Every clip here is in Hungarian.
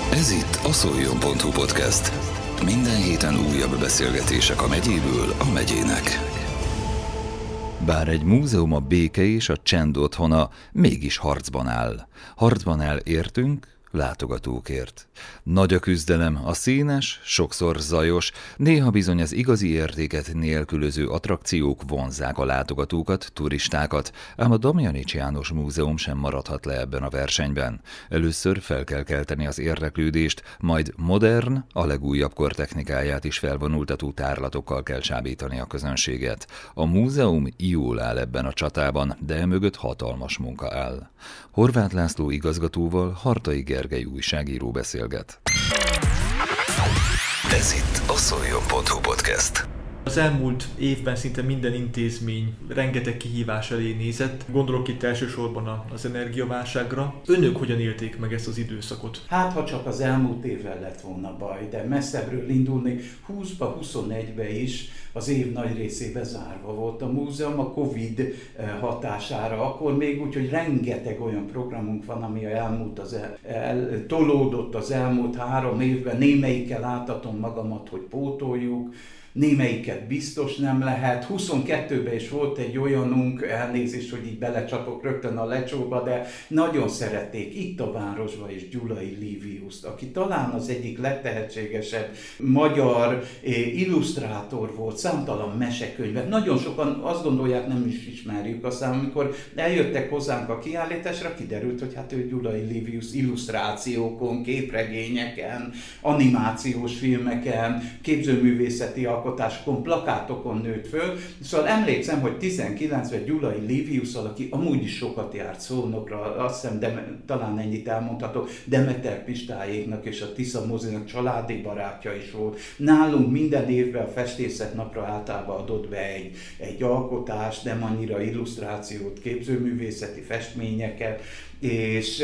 Ez itt a Szoljon.hu podcast. Minden héten újabb beszélgetések a megyéből a megyének. Bár egy múzeum a béke és a csend otthona, mégis harcban áll. Harcban áll értünk, látogatókért. Nagy a küzdelem, a színes, sokszor zajos, néha bizony az igazi értéket nélkülöző attrakciók vonzzák a látogatókat, turistákat, ám a Damjanich János Múzeum sem maradhat le ebben a versenyben. Először fel kell kelteni az érdeklődést, majd modern, a legújabb kor technikáját is felvonultató tárlatokkal kell csábítani a közönséget. A múzeum jól áll ebben a csatában, de emögött hatalmas munka áll. Horváth László igazgatóval Hartai Gergely újságíró beszélget. Ez itt a Szoljon.hu podcast. Az elmúlt évben szinte minden intézmény rengeteg kihívás elé nézett. Gondolok itt elsősorban az energiaválságra. Önök hogyan élték meg ezt az időszakot? Hát, ha csak az elmúlt évvel lett volna baj, de messzebbről indulni, 20-ba, 21-be is az év nagy részében zárva volt a múzeum a Covid hatására. Akkor még úgy, hogy rengeteg olyan programunk van, ami tolódott az elmúlt 3 évben. Némelyikkel láthatom magamat, hogy pótoljuk, némelyiket biztos nem lehet. 22-ben is volt egy olyanunk, elnézést, hogy így belecsapok rögtön a lecsóba, de nagyon szerették itt a városban is Gyulai Liviuszt, aki talán az egyik legtehetségesebb magyar illusztrátor volt, számtalan mesekönyvet. Nagyon sokan azt gondolják, nem is ismerjük, aztán amikor eljöttek hozzánk a kiállításra, kiderült, hogy hát ő Gyulai Livius illusztrációkon, képregényeken, animációs filmeken, képzőművészeti alkotásokon, plakátokon nőtt föl. Szóval emlékszem, hogy 19-ben Gyulai Liviusszal, aki amúgy is sokat járt Szolnokra, azt hiszem, de talán ennyit elmondhatok, Demeter Pistályéknak és a Tisza Mozinak családi barátja is volt. Nálunk minden évben a festészetnapra általában adott be egy alkotást, nem annyira illusztrációt, képzőművészeti festményeket, és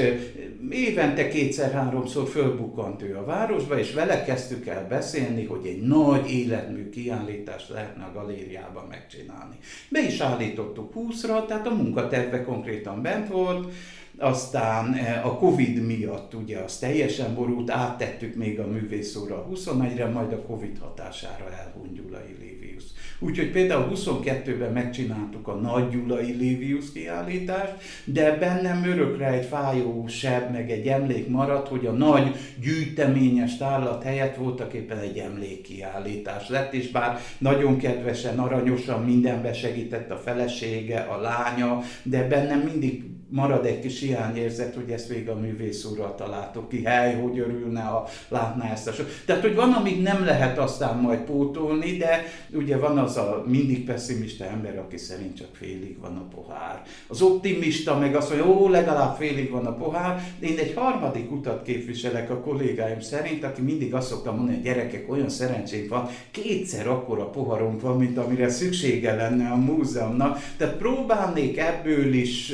évente 2-3-szor fölbukkant ő a városba, és vele kezdtük el beszélni, hogy egy nagy életmű kiállítást lehetne a galériában megcsinálni. Be is állítottuk 20-ra, tehát a munkaterve konkrétan bent volt, aztán a Covid miatt ugye az teljesen borult, áttettük még a művészóra 21-re, majd a Covid hatására elhunyt Gyulai Livius. Úgyhogy például 22-ben megcsináltuk a nagy Gyulai Livius kiállítást, de bennem örökre egy fájó seb, meg egy emlék maradt, hogy a nagy gyűjteményes tárlat helyett voltaképpen egy emlékkiállítás lett, és bár nagyon kedvesen, aranyosan mindenbe segített a felesége, a lánya, de bennem mindig marad egy kis hiányérzet, hogy ezt végig a művész úrral találtuk ki, hogy örülne, ha látná ezt a sor. Tehát, hogy van, amit nem lehet aztán majd pótolni, de ugye van az a mindig pessimista ember, aki szerint csak félig van a pohár. Az optimista meg azt mondja, legalább félig van a pohár. Én egy harmadik utat képviselek a kollégáim szerint, aki mindig azt szoktam mondani, hogy gyerekek, olyan szerencsénk van, 2-szer akkora poharunk van, mint amire szüksége lenne a múzeumnak. Tehát próbálnék ebből is,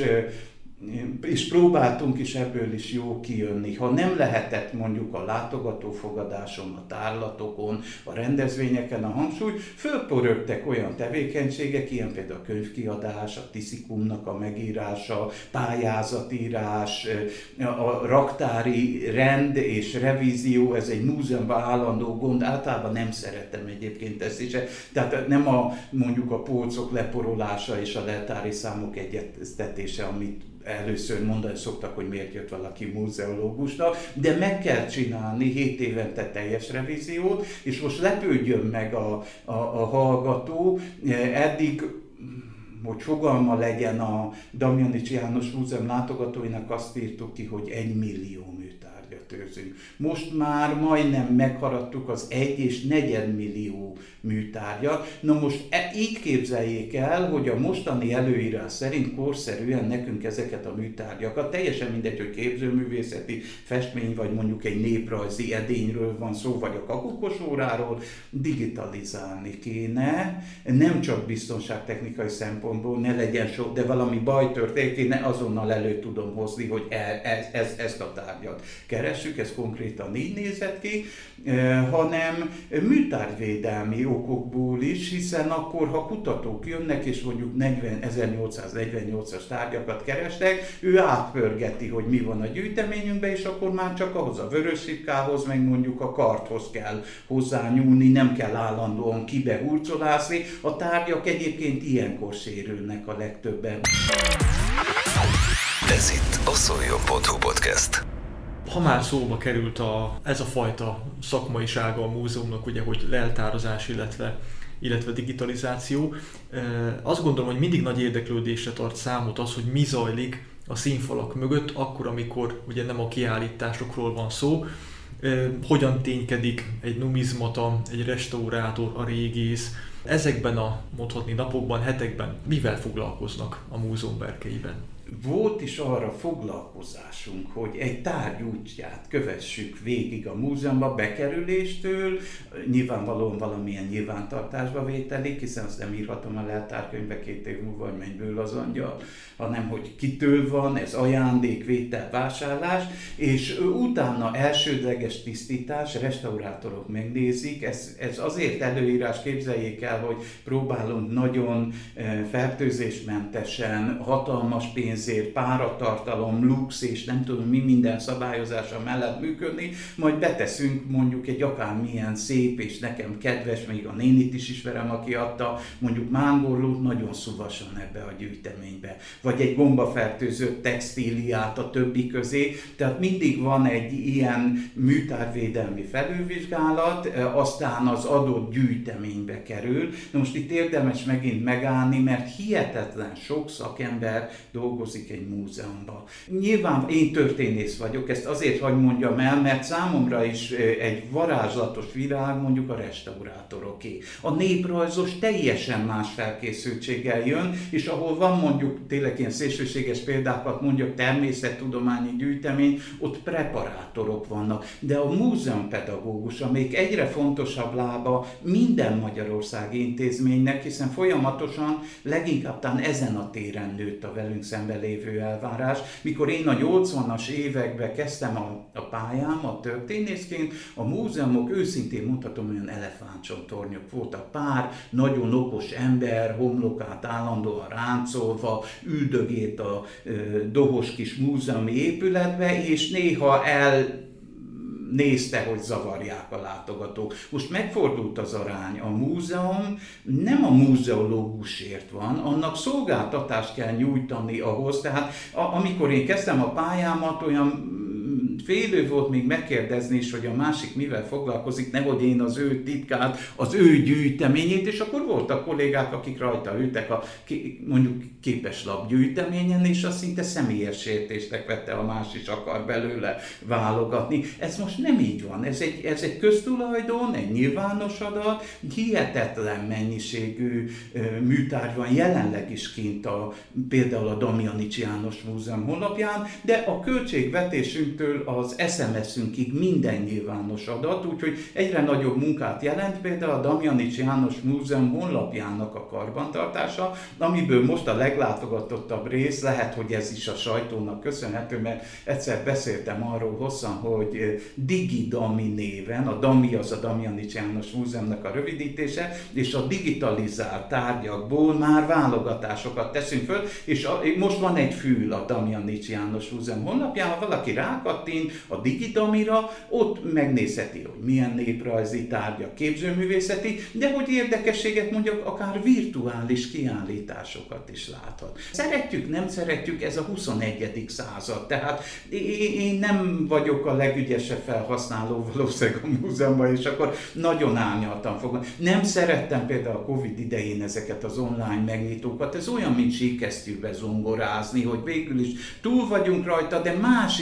és próbáltunk is ebből is jó kijönni. Ha nem lehetett mondjuk a látogatófogadáson, a tárlatokon, a rendezvényeken a hangsúly, fölpörögtek olyan tevékenységek, ilyen például a könyvkiadás, a Tiszikumnak a megírása, pályázatírás, a raktári rend és revízió, ez egy múzeumban állandó gond, általában nem szeretem egyébként ezt is. Tehát nem mondjuk a polcok leporolása és a leltári számok egyeztetése, amit először mondani szoktak, hogy miért jött valaki múzeológusnak, de meg kell csinálni 7 évente teljes revíziót, és most lepődjön meg a hallgató, eddig, hogy fogalma legyen a Damjanich János Múzeum látogatóinak, azt írtuk ki, hogy 1 millió műtárgyat őrzünk. Most már majdnem megharadtuk az 1,4 millió műtárgyat. Na most így képzeljék el, hogy a mostani előírás szerint korszerűen nekünk ezeket a műtárgyakat, teljesen mindegy, hogy képzőművészeti festmény, vagy mondjuk egy néprajzi edényről van szó, vagy a Kakukosóráról, digitalizálni kéne, nem csak biztonságtechnikai szempontból, ne legyen sok, de valami baj történik, én azonnal elő tudom hozni, hogy ezt a tárgyat kell keressük, ez konkrétan így nézett ki, hanem műtárgyvédelmi okokból is, hiszen akkor, ha kutatók jönnek, és mondjuk 1848-as tárgyakat kerestek, ő átpörgeti, hogy mi van a gyűjteményünkben, és akkor már csak ahhoz a vörösipkához, meg mondjuk a karthoz kell hozzányúlni, nem kell állandóan kibehurcolászni. A tárgyak egyébként ilyenkor sérülnek a legtöbben. Ez itt a Szoljon.hu podcast. Ha már szóba került ez a fajta szakmaisága a múzeumnak, ugye, hogy leltározás, illetve digitalizáció, azt gondolom, hogy mindig nagy érdeklődésre tart számot az, hogy mi zajlik a színfalak mögött, akkor, amikor ugye nem a kiállításokról van szó, hogyan ténykedik egy numizmata, egy restaurátor, a régész. Ezekben a mondhatni napokban, hetekben mivel foglalkoznak a múzeum berkeiben? Volt is arra foglalkozásunk, hogy egy tárgy útját kövessük végig a múzeumba bekerüléstől, nyilvánvalóan valamilyen nyilvántartásba vételig, hiszen azt nem írhatom a leltárkönyvbe 2 év múlva, hogy mennyből az angyal, hanem hogy kitől van, ez ajándék, vétel, vásárlás, és utána elsődleges tisztítás, restaurátorok megnézik, ez azért előírás, képzeljék el, hogy próbálunk nagyon fertőzésmentesen, hatalmas pénzért, páratartalom, lux és nem tudom mi minden szabályozása mellett működni, majd beteszünk mondjuk egy akármilyen szép és nekem kedves, még a nénit is ismerem, aki adta, mondjuk mángorlót nagyon szuvasan ebbe a gyűjteménybe, vagy egy gombafertőzött textíliát a többi közé, tehát mindig van egy ilyen műtárgyvédelmi felülvizsgálat, aztán az adott gyűjteménybe kerül. Na most itt érdemes megint megállni, mert hihetetlen sok szakember dolgozik egy múzeumban. Nyilván én történész vagyok, ezt azért hadd mondjam el, mert számomra is egy varázslatos világ mondjuk a restaurátoroké. A néprajzos teljesen más felkészültséggel jön, és ahol van mondjuk tényleg ilyen szélsőséges példákat mondjak, természettudományi gyűjtemény, ott preparátorok vannak. De a múzeumpedagógus, amelyik egyre fontosabb lába minden magyarországi intézménynek, hiszen folyamatosan leginkább talán ezen a téren nőtt a velünk szemben lévő elvárás. Mikor én a 80-as években kezdtem a pályám, történészként, a múzeumok őszintén mondhatom, olyan elefántcsontornyok voltak. Pár nagyon okos ember homlokát állandóan ráncolva üldögélt a dohos kis múzeumi épületbe, és néha nézte, hogy zavarják a látogatók. Most megfordult az arány. A múzeum nem a múzeológusért van, annak szolgáltatást kell nyújtani ahhoz. Tehát amikor én kezdtem a pályámat, olyan félő volt még megkérdezni is, hogy a másik mivel foglalkozik, nehogy én az ő titkát, az ő gyűjteményét, és akkor voltak kollégák, akik rajta ültek a mondjuk képeslap gyűjteményen, és azt szinte személyes sértésnek vette, a más is akar belőle válogatni. Ez most nem így van. Ez egy köztulajdon, egy nyilvános adat, hihetetlen mennyiségű műtárgy van jelenleg is kint például a Damjanics János Múzeum honlapján, de a költségvetésünktől az SMS-ünkig minden nyilvános adat, úgyhogy egyre nagyobb munkát jelent például a Damjanics János Múzeum honlapjának a karbantartása, amiből most a leglátogatottabb rész, lehet, hogy ez is a sajtónak köszönhető, mert egyszer beszéltem arról hosszan, hogy DigiDami néven, a DAMI az a Damjanics János Múzeumnak a rövidítése, és a digitalizált tárgyakból már válogatásokat teszünk föl, és most van egy fül a Damjanics János Múzeum honlapján, ha valaki rákattint a DigiDamira, ott megnézheti, hogy milyen néprajzi tárgyak, képzőművészeti, de hogy érdekességet mondjuk akár virtuális kiállításokat is láthat. Szeretjük, nem szeretjük, ez a 21. század, tehát én nem vagyok a legügyesebb felhasználó valószínűleg a múzeumban, és akkor nagyon árnyaltan fogom. Nem szerettem például a Covid idején ezeket az online megnyitókat, ez olyan, mint síkesztyűbe zongorázni, hogy végül is túl vagyunk rajta, de más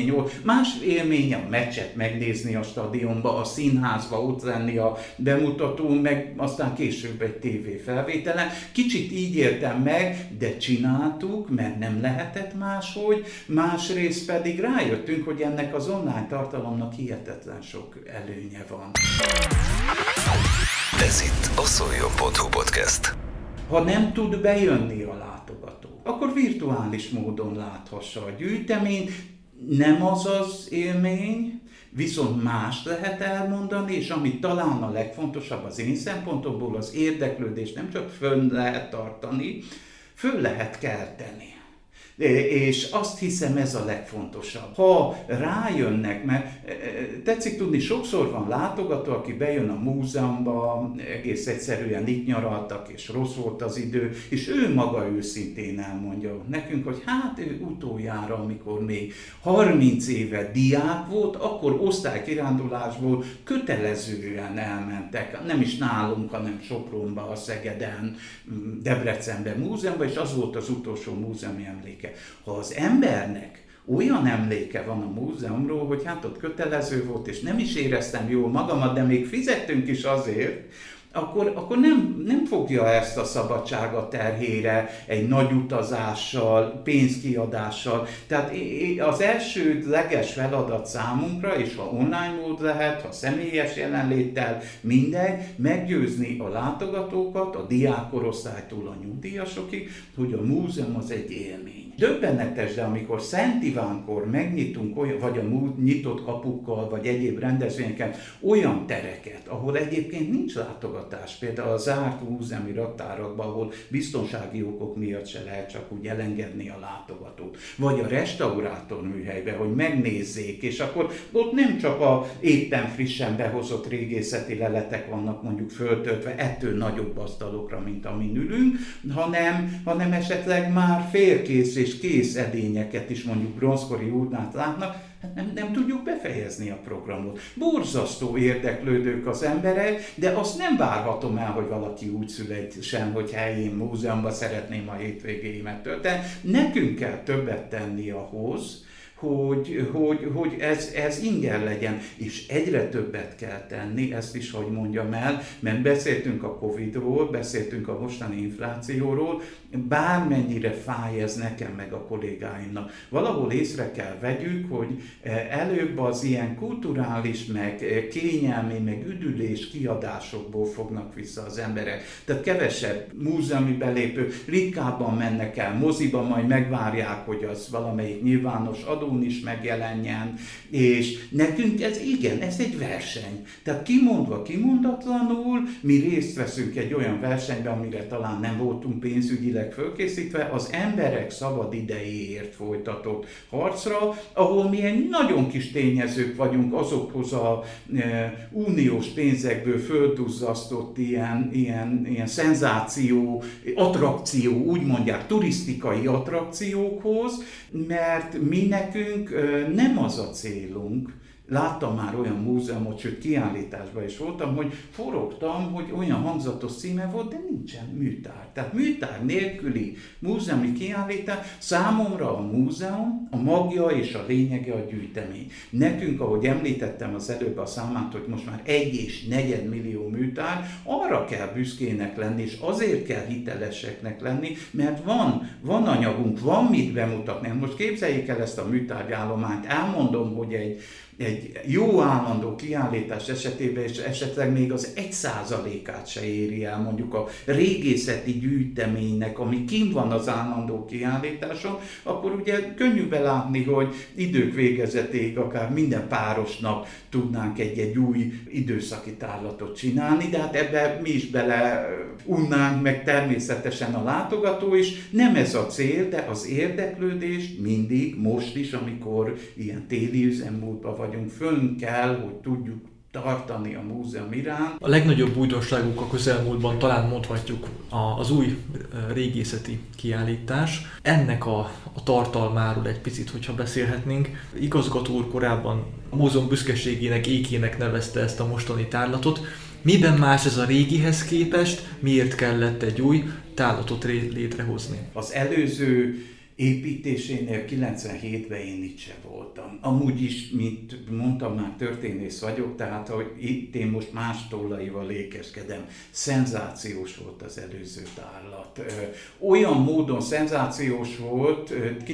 élmény a meccset megnézni a stadionba, a színházba, ott lenni a bemutatón, meg aztán később egy tévéfelvételen. Kicsit így éltem meg, de csináltuk, mert nem lehetett máshogy, másrészt pedig rájöttünk, hogy ennek az online tartalomnak hihetetlen sok előnye van. Ez itt a Szoljon.hu podcast. Ha nem tud bejönni a látogató, akkor virtuális módon láthassa a gyűjteményt. nem az az élmény, viszont mást lehet elmondani, és ami talán a legfontosabb az én szempontomból, az érdeklődést nem csak fönn lehet tartani, föl lehet kelteni. És azt hiszem, ez a legfontosabb. Ha rájönnek, mert tetszik tudni, sokszor van látogató, aki bejön a múzeumba, egész egyszerűen itt nyaraltak, és rossz volt az idő, és ő maga őszintén elmondja nekünk, hogy hát ő utoljára, amikor még 30 éve diák volt, akkor osztálykirándulásból kötelezően elmentek, nem is nálunk, hanem Sopronba, a Szegeden, Debrecenben múzeumban, és az volt az utolsó múzeumi emléke. Ha az embernek olyan emléke van a múzeumról, hogy hát ott kötelező volt, és nem is éreztem jól magamat, de még fizettünk is azért, akkor nem fogja ezt a szabadságot terhére egy nagy utazással, pénzkiadással. Tehát az elsődleges feladat számunkra, és ha online mód lehet, ha személyes jelenléttel, mindegy, meggyőzni a látogatókat, a diákkorosztálytól a nyugdíjasokig, hogy a múzeum az egy élmény. Döbbenetes, de amikor Szent Ivánkor megnyitunk olyan, vagy a nyitott kapukkal, vagy egyéb rendezvényeken olyan tereket, ahol egyébként nincs látogatás, például a zárt múzeumi raktárakban, ahol biztonsági okok miatt se lehet csak úgy elengedni a látogatót, vagy a restaurátor műhelybe, hogy megnézzék, és akkor ott nem csak a éppen frissen behozott régészeti leletek vannak mondjuk föltöltve ettől nagyobb asztalokra, mint amin ülünk, hanem esetleg már félkész és kész edényeket is mondjuk bronzkori urnát látnak, nem tudjuk befejezni a programot. Borzasztó érdeklődők az emberek, de azt nem várhatom el, hogy valaki úgy születsen, hogy én múzeumban szeretném a hétvégéimet tölteni. Nekünk kell többet tenni ahhoz, hogy ez inger legyen, és egyre többet kell tenni, ezt is, hogy mondjam el, mert beszéltünk a Covid-ról, beszéltünk a mostani inflációról, bármennyire fáj ez nekem meg a kollégáimnak. Valahol észre kell vegyük, hogy előbb az ilyen kulturális, meg kényelmi, meg üdülés kiadásokból fognak vissza az emberek. Tehát kevesebb múzeumi belépő, ritkábban mennek el moziba, majd megvárják, hogy az valamelyik nyilvános adón is megjelenjen, és nekünk ez egy verseny. Tehát kimondva, kimondatlanul mi részt veszünk egy olyan versenyben, amire talán nem voltunk pénzügyileg fölkészítve, az emberek szabad idejéért folytatott harcra, ahol mi egy nagyon kis tényezők vagyunk azokhoz a uniós pénzekből földuzzasztott ilyen szenzáció, attrakció, úgy mondják, turisztikai attrakciókhoz, mert mi nekünk nem az a célunk. Láttam már olyan múzeumot, sőt kiállításban is voltam, hogy forogtam, hogy olyan hangzatos címe volt, de nincsen műtár. Tehát műtár nélküli múzeumi kiállítás, számomra a múzeum, a magja és a lényege a gyűjtemény. Nekünk, ahogy említettem az előbb a számát, hogy most már 1,4 millió műtár, arra kell büszkének lenni, és azért kell hiteleseknek lenni, mert van anyagunk, van mit bemutatni. Most képzeljék el ezt a műtárgyállományt, elmondom, hogy egy jó állandó kiállítás esetében, és esetleg még az 1%-át se éri el mondjuk a régészeti gyűjteménynek, ami kint van az állandó kiállításon, akkor ugye könnyű belátni, hogy idők végezetéig akár minden párosnak tudnánk egy új időszaki tárlatot csinálni, de hát ebbe mi is beleunnánk, meg természetesen a látogató is. Nem ez a cél, de az érdeklődés mindig, most is, amikor ilyen téli üzemmódban vagyunk, fönn kell, hogy tudjuk tartani a múzeum iránt. A legnagyobb újdonságuk a közelmúltban talán mondhatjuk az új régészeti kiállítás. Ennek a tartalmáról egy picit, hogyha beszélhetnénk. Igazgató úr korábban a múzeum büszkeségének, ékének nevezte ezt a mostani tárlatot. Miben más ez a régihez képest, miért kellett egy új tárlatot létrehozni? Az előző építésénél 97-ben én itt sem voltam. Amúgy is, mint mondtam, már történész vagyok, tehát hogy itt én most más tollaival ékeskedem. Szenzációs volt az előző tárlat. Olyan módon szenzációs volt,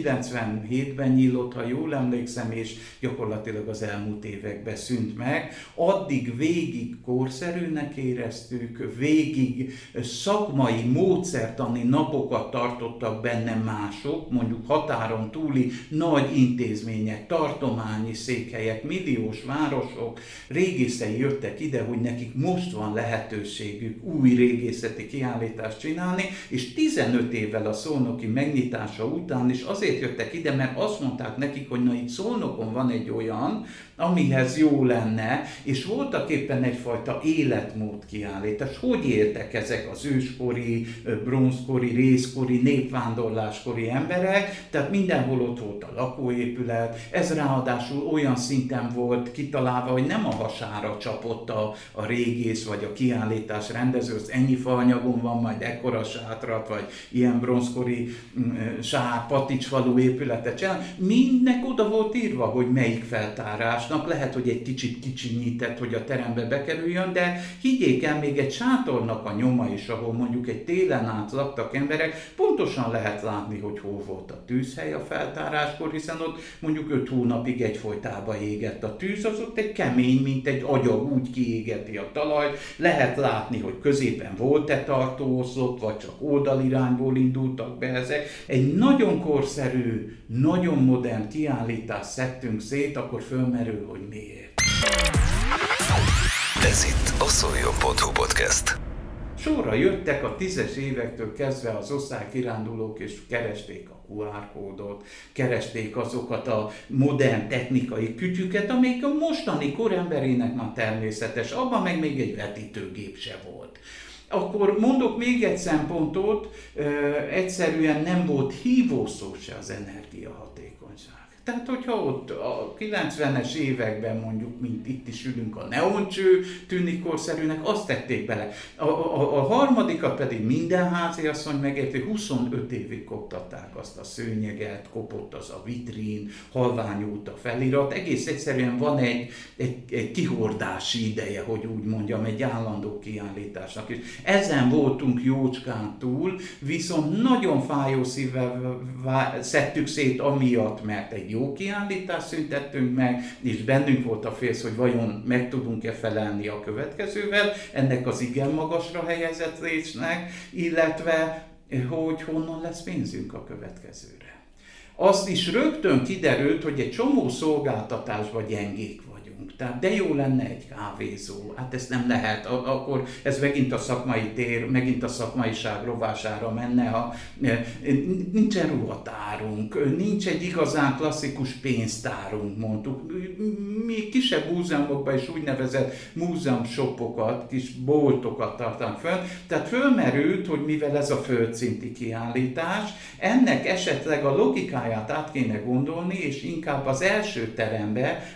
97-ben nyílt, ha jól emlékszem, és gyakorlatilag az elmúlt években szűnt meg. Addig végig korszerűnek éreztük, végig szakmai, módszertani napokat tartottak benne mások, mondjuk határon túli nagy intézmények, tartományi székhelyek, milliós városok, régészei jöttek ide, hogy nekik most van lehetőségük új régészeti kiállítást csinálni, és 15 évvel a szolnoki megnyitása után is azért jöttek ide, mert azt mondták nekik, hogy na itt Szolnokon van egy olyan, amihez jó lenne, és voltak éppen egyfajta életmód kiállítás. Hogy éltek ezek az őskori, bronzkori, rézkori, népvándorláskori emberek, tehát mindenhol ott volt a lakóépület, ez ráadásul olyan szinten volt kitalálva, hogy nem a hasára csapott a régész vagy a kiállítás rendező, az ennyi faanyagon van, majd ekkora sátrat, vagy ilyen bronzkori Paticsfalu épületet csinál. Mindnek oda volt írva, hogy melyik feltárásnak, lehet, hogy egy kicsit kicsinyített, hogy a terembe bekerüljön, de higgyék el, még egy sátornak a nyoma is, ahol mondjuk egy télen át laktak emberek, pontosan lehet látni, hogy hol volt a tűzhely a feltáráskor, hiszen ott mondjuk 5 hónapig egyfolytában égett a tűz, az ott egy kemény, mint egy agyag, úgy kiégeti a talajt, lehet látni, hogy középen volt-e tartóoszlop, vagy csak oldalirányból indultak be ezek. Egy nagyon korszerű, nagyon modern kiállítást szedtünk szét, akkor fölmerül, hogy miért. Ez itt a Szoljon.hu podcast. Sorra jöttek a 10-es évektől kezdve az osztálykirándulók, és keresték a QR kódot, keresték azokat a modern technikai kütyüket, amelyik a mostani koremberének már természetes, abban meg még egy vetítőgép se volt. Akkor mondok még egy szempontot, egyszerűen nem volt hívószó se az energiahatékonyság. Tehát, hogyha ott a 90-es években mondjuk, mint itt is ülünk, a neoncső tűnik korszerűnek, azt tették bele. A harmadikat pedig minden háziasszony megérti, 25 évig koptatták azt a szőnyeget, kopott az a vitrín, halványult a felirat. Egész egyszerűen van egy kihordási ideje, hogy úgy mondjam, egy állandó kiállításnak is. Ezen voltunk jócskán túl, viszont nagyon fájó szívvel szedtük szét amiatt, mert egy jó kiállítást szüntettünk meg, és bennünk volt a félsz, hogy vajon meg tudunk-e felelni a következővel, ennek az igen magasra helyezett résznek, illetve hogy honnan lesz pénzünk a következőre. Azt is rögtön kiderült, hogy egy csomó szolgáltatásban gyengék vagyunk. Tehát de jó lenne egy kávézó, hát ezt nem lehet, akkor ez megint a szakmai tér, megint a szakmaiság rovására menne, ha nincsen ruhatárunk, nincs egy igazán klasszikus pénztárunk, mondtuk. Mi kisebb múzeumokban is úgynevezett múzeumshopokat, kis boltokat tartanak föl, tehát fölmerült, hogy mivel ez a földszinti kiállítás, ennek esetleg a logikáját át kéne gondolni, és inkább az első terembe,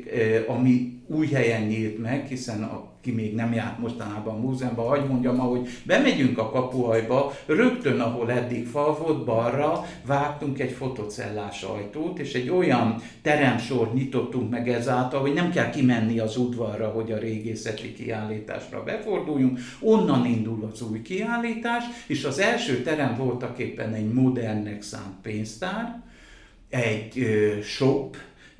ami új helyen nyílt meg, hiszen aki még nem járt mostanában a múzeumban, hadd mondjam, ahogy bemegyünk a kapuajba, rögtön, ahol eddig fal volt, balra vágtunk egy fotocellás ajtót, és egy olyan teremsort nyitottunk meg ezáltal, hogy nem kell kimenni az udvarra, hogy a régészeti kiállításra beforduljunk, onnan indul az új kiállítás, és az első terem voltaképpen egy modernnek szánt pénztár, egy shop,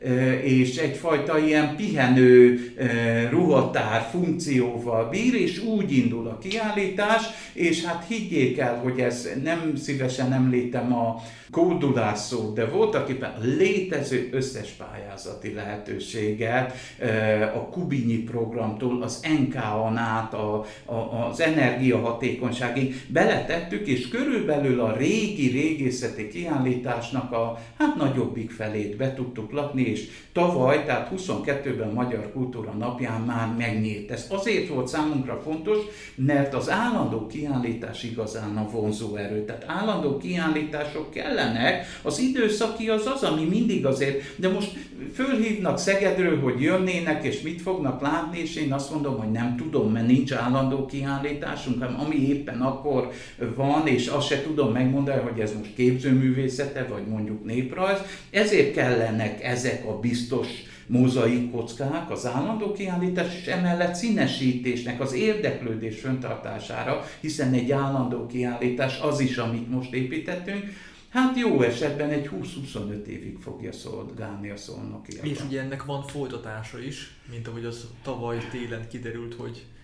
és egyfajta ilyen pihenő ruhatár funkcióval bír, és úgy indul a kiállítás, és hát higgyék el, hogy ez nem szívesen említem a kódulás szót, de voltaképpen létező összes pályázati lehetőséget, a Kubinyi programtól, az NK-on át, az energiahatékonyságig beletettük, és körülbelül a régi régészeti kiállításnak a nagyobbik felét be tudtuk lakni, és tavaly, tehát 22-ben Magyar Kultúra Napján már megnyílt. Ez azért volt számunkra fontos, mert az állandó kiállítás igazán a vonzó erő. Tehát állandó kiállítások kellenek, az időszaki az, ami mindig azért, de most fölhívnak Szegedről, hogy jönnének, és mit fognak látni, és én azt mondom, hogy nem tudom, mert nincs állandó kiállításunk, hanem ami éppen akkor van, és azt se tudom megmondani, hogy ez most képzőművészete, vagy mondjuk néprajz. Ezért kellenek ezek a biztos mozaikkockák, az állandó kiállítás, és emellett színesítésnek, az érdeklődés fenntartására, hiszen egy állandó kiállítás az is, amit most építettünk, hát jó esetben egy 20-25 évig fogja szolgálni a szolnokiakban. És ugye ennek van folytatása is, mint ahogy az tavaly télen kiderült, hogy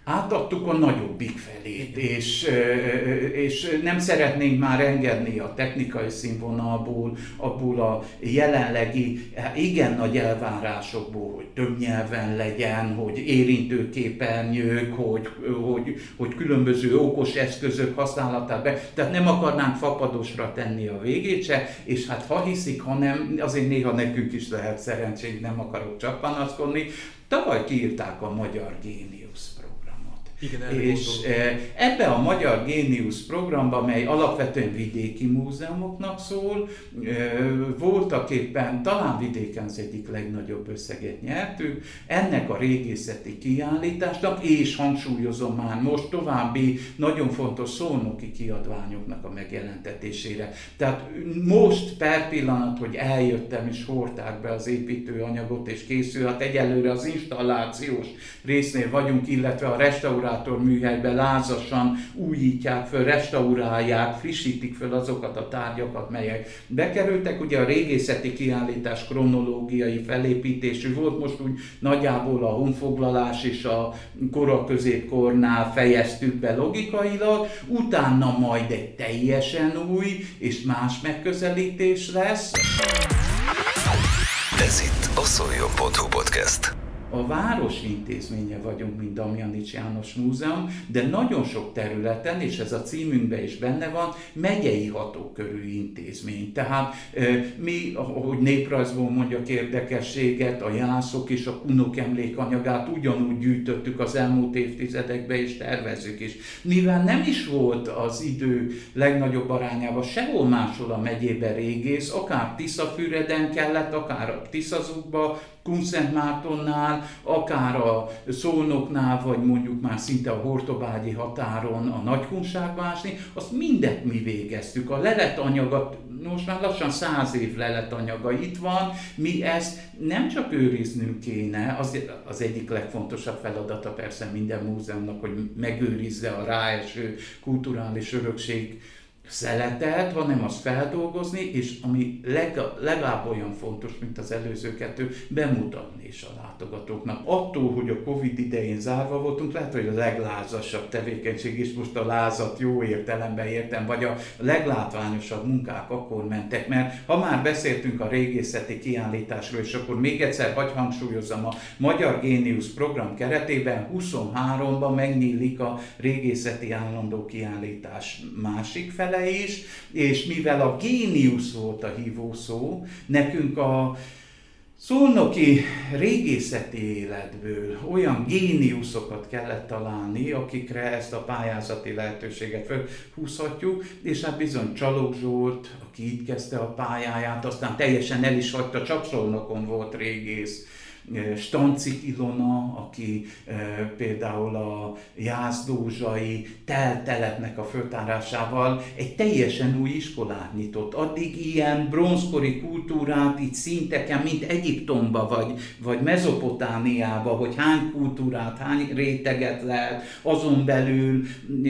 átadtuk a nagyobbik felét, és nem szeretnénk már engedni a technikai színvonalból, abból a jelenlegi igen nagy elvárásokból, hogy több nyelven legyen, hogy érintőképernyők, hogy különböző okos eszközök használatát be, tehát nem akarnánk fapadosra tenni a végét se, és hát ha hiszik, ha nem, azért néha nekünk is lehet szerencség, nem akarok csak panaszkodni. Tavaly kiírták a Magyar Géniusz programot. Igen, és ebbe a Magyar Géniusz programba, mely alapvetően vidéki múzeumoknak szól, voltak éppen, talán vidéken az egyik legnagyobb összeget nyertük, ennek a régészeti kiállításnak, és hangsúlyozom már most további nagyon fontos szolnoki kiadványoknak a megjelentetésére. Tehát most per pillanat, hogy eljöttem és hordták be az építőanyagot és készül, hát egyelőre az installációs résznél vagyunk, illetve a restaurátor műhelyben lázasan újítják föl, restaurálják, frissítik föl azokat a tárgyakat, melyek bekerültek. Ugye a régészeti kiállítás kronológiai felépítésű volt, most úgy nagyjából a honfoglalás és a kora-középkornál fejeztük be logikailag, utána majd egy teljesen új és más megközelítés lesz. Ez itt a Szoljon.hu podcast. A város intézménye vagyunk, mint Damjanics János Múzeum, de nagyon sok területen, és ez a címünkben is benne van, megyei hatókörű intézmény. Tehát mi, ahogy néprajzból mondjak érdekességet, a jászok és a kunok emlékanyagát ugyanúgy gyűjtöttük az elmúlt évtizedekben, és tervezzük is. Mivel nem is volt az idő legnagyobb arányában sehol máshol a megyében régész, akár Tiszafüreden kellett, akár a Tiszazugba, Kunszentmártonnál, akár a Szolnoknál, vagy mondjuk már szinte a hortobágyi határon a Nagykunságba ásni, azt mindet mi végeztük. A leletanyaga, most már lassan 100 év leletanyaga itt van, mi ezt nem csak őriznünk kéne, az egyik legfontosabb feladata persze minden múzeumnak, hogy megőrizze a ráeső kulturális örökség szeletet, hanem azt feldolgozni, és ami legalább olyan fontos, mint az előző kettő, bemutatni is a látogatóknak. Attól, hogy a Covid idején zárva voltunk, lehet, hogy a leglázasabb tevékenység is, most a lázat jó értelemben értem, vagy a leglátványosabb munkák akkor mentek, mert ha már beszéltünk a régészeti kiállításról, és akkor még egyszer hadd hangsúlyozzam, a Magyar Géniusz program keretében 23-ban megnyílik a régészeti állandó kiállítás másik fele is, és mivel a géniusz volt a hívószó, nekünk a szolnoki régészeti életből olyan géniuszokat kellett találni, akikre ezt a pályázati lehetőséget felhúzhatjuk, és hát bizony Csalog Zsolt, aki így kezdte a pályáját, aztán teljesen el is hagyta, csak Szolnokon volt régész, Stancik Ilona, aki például a jászdózsai teltelepnek a föltárásával egy teljesen új iskolát nyitott. Addig ilyen bronzkori kultúrát itt szinteken, mint Egyiptomba vagy Mezopotámiába, hogy hány kultúrát, hány réteget lehet, azon belül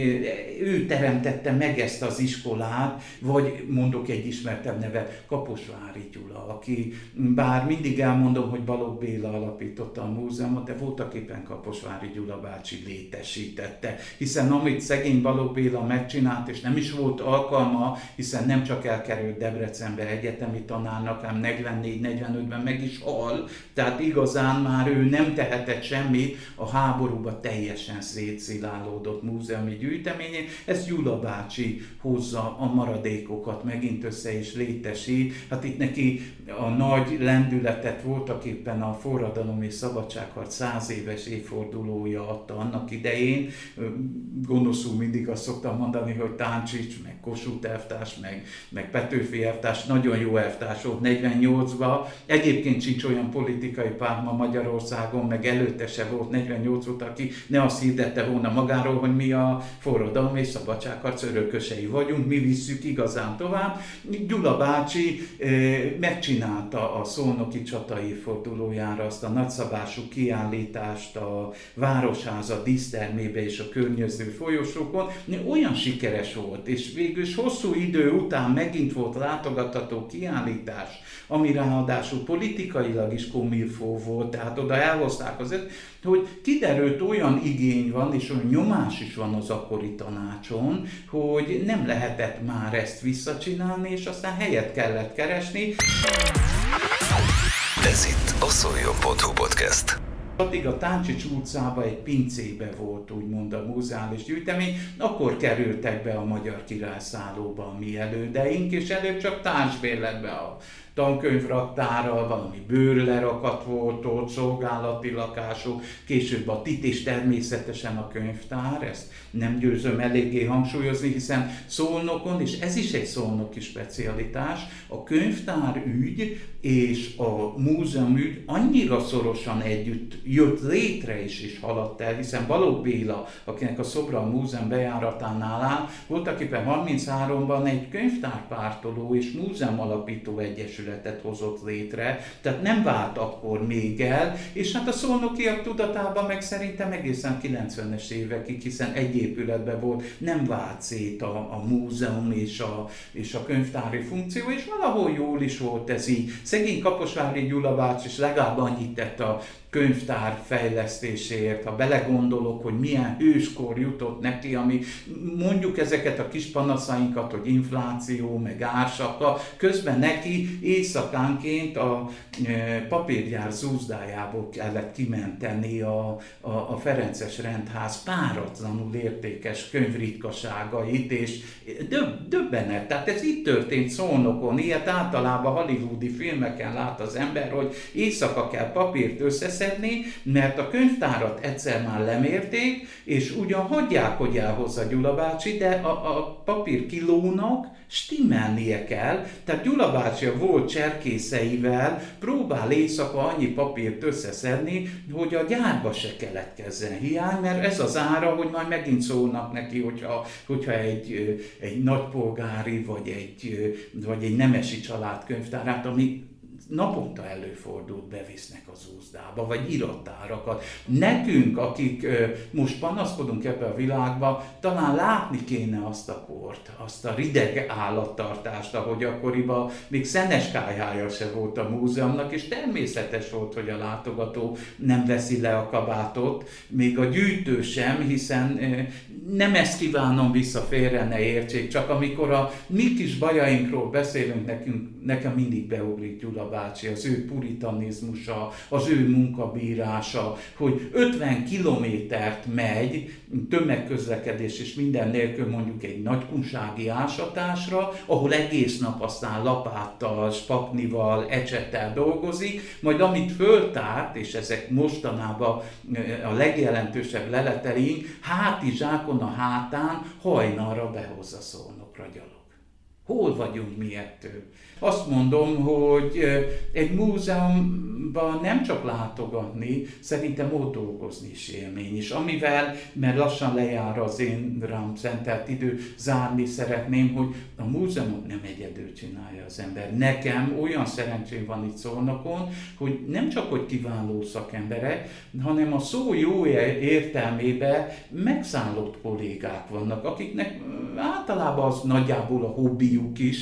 ő teremtette meg ezt az iskolát, vagy mondok egy ismertebb neve, Kaposvári Gyula, aki bár mindig elmondom, hogy Balogh Béla alapította a múzeumot, de voltak éppen Kaposvári Gyula bácsi létesítette. Hiszen amit szegény Balogh Béla megcsinált, és nem is volt alkalma, hiszen nem csak elkerült Debrecenbe egyetemi tanárnak, hanem 44-45-ben meg is hal, tehát igazán már ő nem tehetett semmit, a háborúba teljesen szétszilálódott múzeumi gyűjteményén. Ez Gyula bácsi hozza a maradékokat megint össze és létesít. Hát itt neki a nagy lendületet voltak éppen a forradalom és szabadságharc 100 éves évfordulója adta annak idején. Gonoszul mindig azt szoktam mondani, hogy Táncsics, meg Kossuth elvtárs, meg Petőfi elvtárs, nagyon jó elvtárs volt 48-ban. Egyébként sincs olyan politikai párt ma Magyarországon, meg előtte se volt 48 óta, aki ne azt hirdette volna magáról, hogy mi a forradalom és szabadságharc örökösei vagyunk, mi visszük igazán tovább. Gyula bácsi megcsinálta a szolnoki csata évfordulójára bizonyára azt a nagyszabású kiállítást a Városháza dísztermébe és a környező folyosókon, olyan sikeres volt, és végül is hosszú idő után megint volt látogatható kiállítás, ami ráadásul politikailag is komilfó volt, tehát oda elhozták azért, hogy kiderült, olyan igény van, és olyan nyomás is van az akkori tanácson, hogy nem lehetett már ezt visszacsinálni, és aztán helyet kellett keresni. Ez itt a Szoljon.hu podcast. Addig a Táncsics utcában egy pincébe volt úgymond a múzeális gyűjtemény, akkor kerültek be a Magyar Királyszállóba a mi elődeink, és előbb csak társbérletbe a tankönyvraktárral, valami bőrlerakat volt ott, szolgálati lakások, később a TIT és természetesen a könyvtár, ezt nem győzöm eléggé hangsúlyozni, hiszen Szolnokon, és ez is egy szolnoki specialitás, a könyvtár ügy és a múzeumügy annyira szorosan együtt jött létre és haladt el, hiszen Balogh Béla, akinek a szobra a múzeum bejáratánál áll, voltaképpen 33-ban egy könyvtárpártoló és múzeumalapító egyesületet hozott létre, tehát nem vált akkor még el, és hát a szolnokiak tudatában meg szerintem egészen 90-es évekig, hiszen egy épületben volt, nem vált szét a múzeum és a könyvtári funkció, és valahol jól is volt ez így. Szegény Kaposvári Gyula bácsi is legalább annyit tett a könyvtár fejlesztéséért, ha belegondolok, hogy milyen hőskor jutott neki, ami mondjuk ezeket a kis panaszainkat, hogy infláció, meg ársaka, közben neki éjszakánként a papírgyár zúzdájából kellett kimenteni a Ferences Rendház páratlanul értékes könyvritkaságait, és döbbenet. Tehát ez így történt Szolnokon, ilyet általában hollywoodi filmeken lát az ember, hogy éjszaka kell papírt összeszedni, mert a könyvtárat egyszer már lemérték, és ugyan hagyják, hogy elhozza Gyula bácsi, de a papírkilónak stimmelnie kell, tehát Gyula bácsi a volt cserkészeivel próbál éjszaka annyi papírt összeszedni, hogy a gyárba se keletkezzen hiány, mert ez az ára, hogy majd megint szólnak neki, hogyha egy nagypolgári vagy egy nemesi család könyvtárát, ami naponta előfordult, bevisznek az úzdába, vagy irattárakat. Nekünk, akik most panaszkodunk ebbe a világba, talán látni kéne azt a kort, azt a rideg állattartást, ahogy akkoriban még szeneskályhája se volt a múzeumnak, és természetes volt, hogy a látogató nem veszi le a kabátot, még a gyűjtő sem, hiszen nem ezt kívánom vissza, félre ne értsék, csak amikor a mi kis bajainkról beszélünk, nekem mindig beugrik Gyula bácsi, az ő puritanizmusa, az ő munkabírása, hogy 50 kilométert megy tömegközlekedés és minden nélkül mondjuk egy nagykunsági ásatásra, ahol egész nap aztán lapáttal, spaknival, ecsettel dolgozik, majd amit föltárt, és ezek mostanában a legjelentősebb leleteink, hátizsákon a hátán hajnalra behozza Szolnokra gyalog. Hol vagyunk mi ettől? Azt mondom, hogy egy múzeumban nem csak látogatni, szerintem ott dolgozni is élmény is. Amivel, mert lassan lejár az én rám szentelt idő, zárni szeretném, hogy a múzeumot nem egyedül csinálja az ember. Nekem olyan szerencsém van itt Szolnokon, hogy nem csak hogy kiváló szakemberek, hanem a szó jó értelmében megszállott kollégák vannak, akiknek általában az nagyjából a hobbiuk is,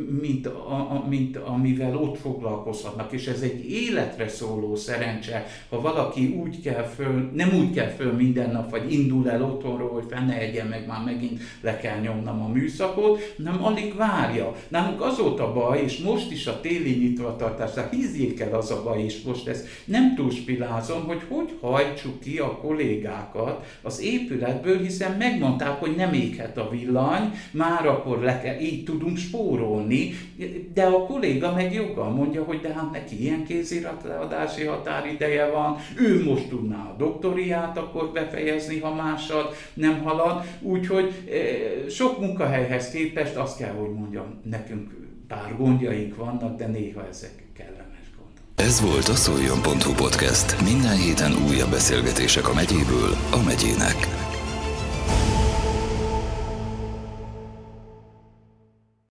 mint amivel ott foglalkozhatnak, és ez egy életre szóló szerencse, ha valaki nem úgy kell föl minden nap, vagy indul el otthonról, hogy fel ne egyen meg, már megint le kell nyomnom a műszakot, hanem alig várja. Nálunk az volt a baj, és most is a téli nyitvatartásra hízzék el az a baj, és most ezt nem túlspilázom, hogy hajtsuk ki a kollégákat az épületből, hiszen megmondták, hogy nem éghet a villany, már akkor így tudunk spórolni, de a kolléga meg joggal mondja, hogy de hát neki ilyen kéziratleadási határideje van, ő most tudná a doktoriát akkor befejezni, ha mással nem halad, úgyhogy sok munkahelyhez képest azt kell, hogy mondjam, nekünk pár gondjaink vannak, de néha ezek kellemes gondok. Ez volt a Szoljon.hu podcast. Minden héten újabb beszélgetések a megyéből a megyének.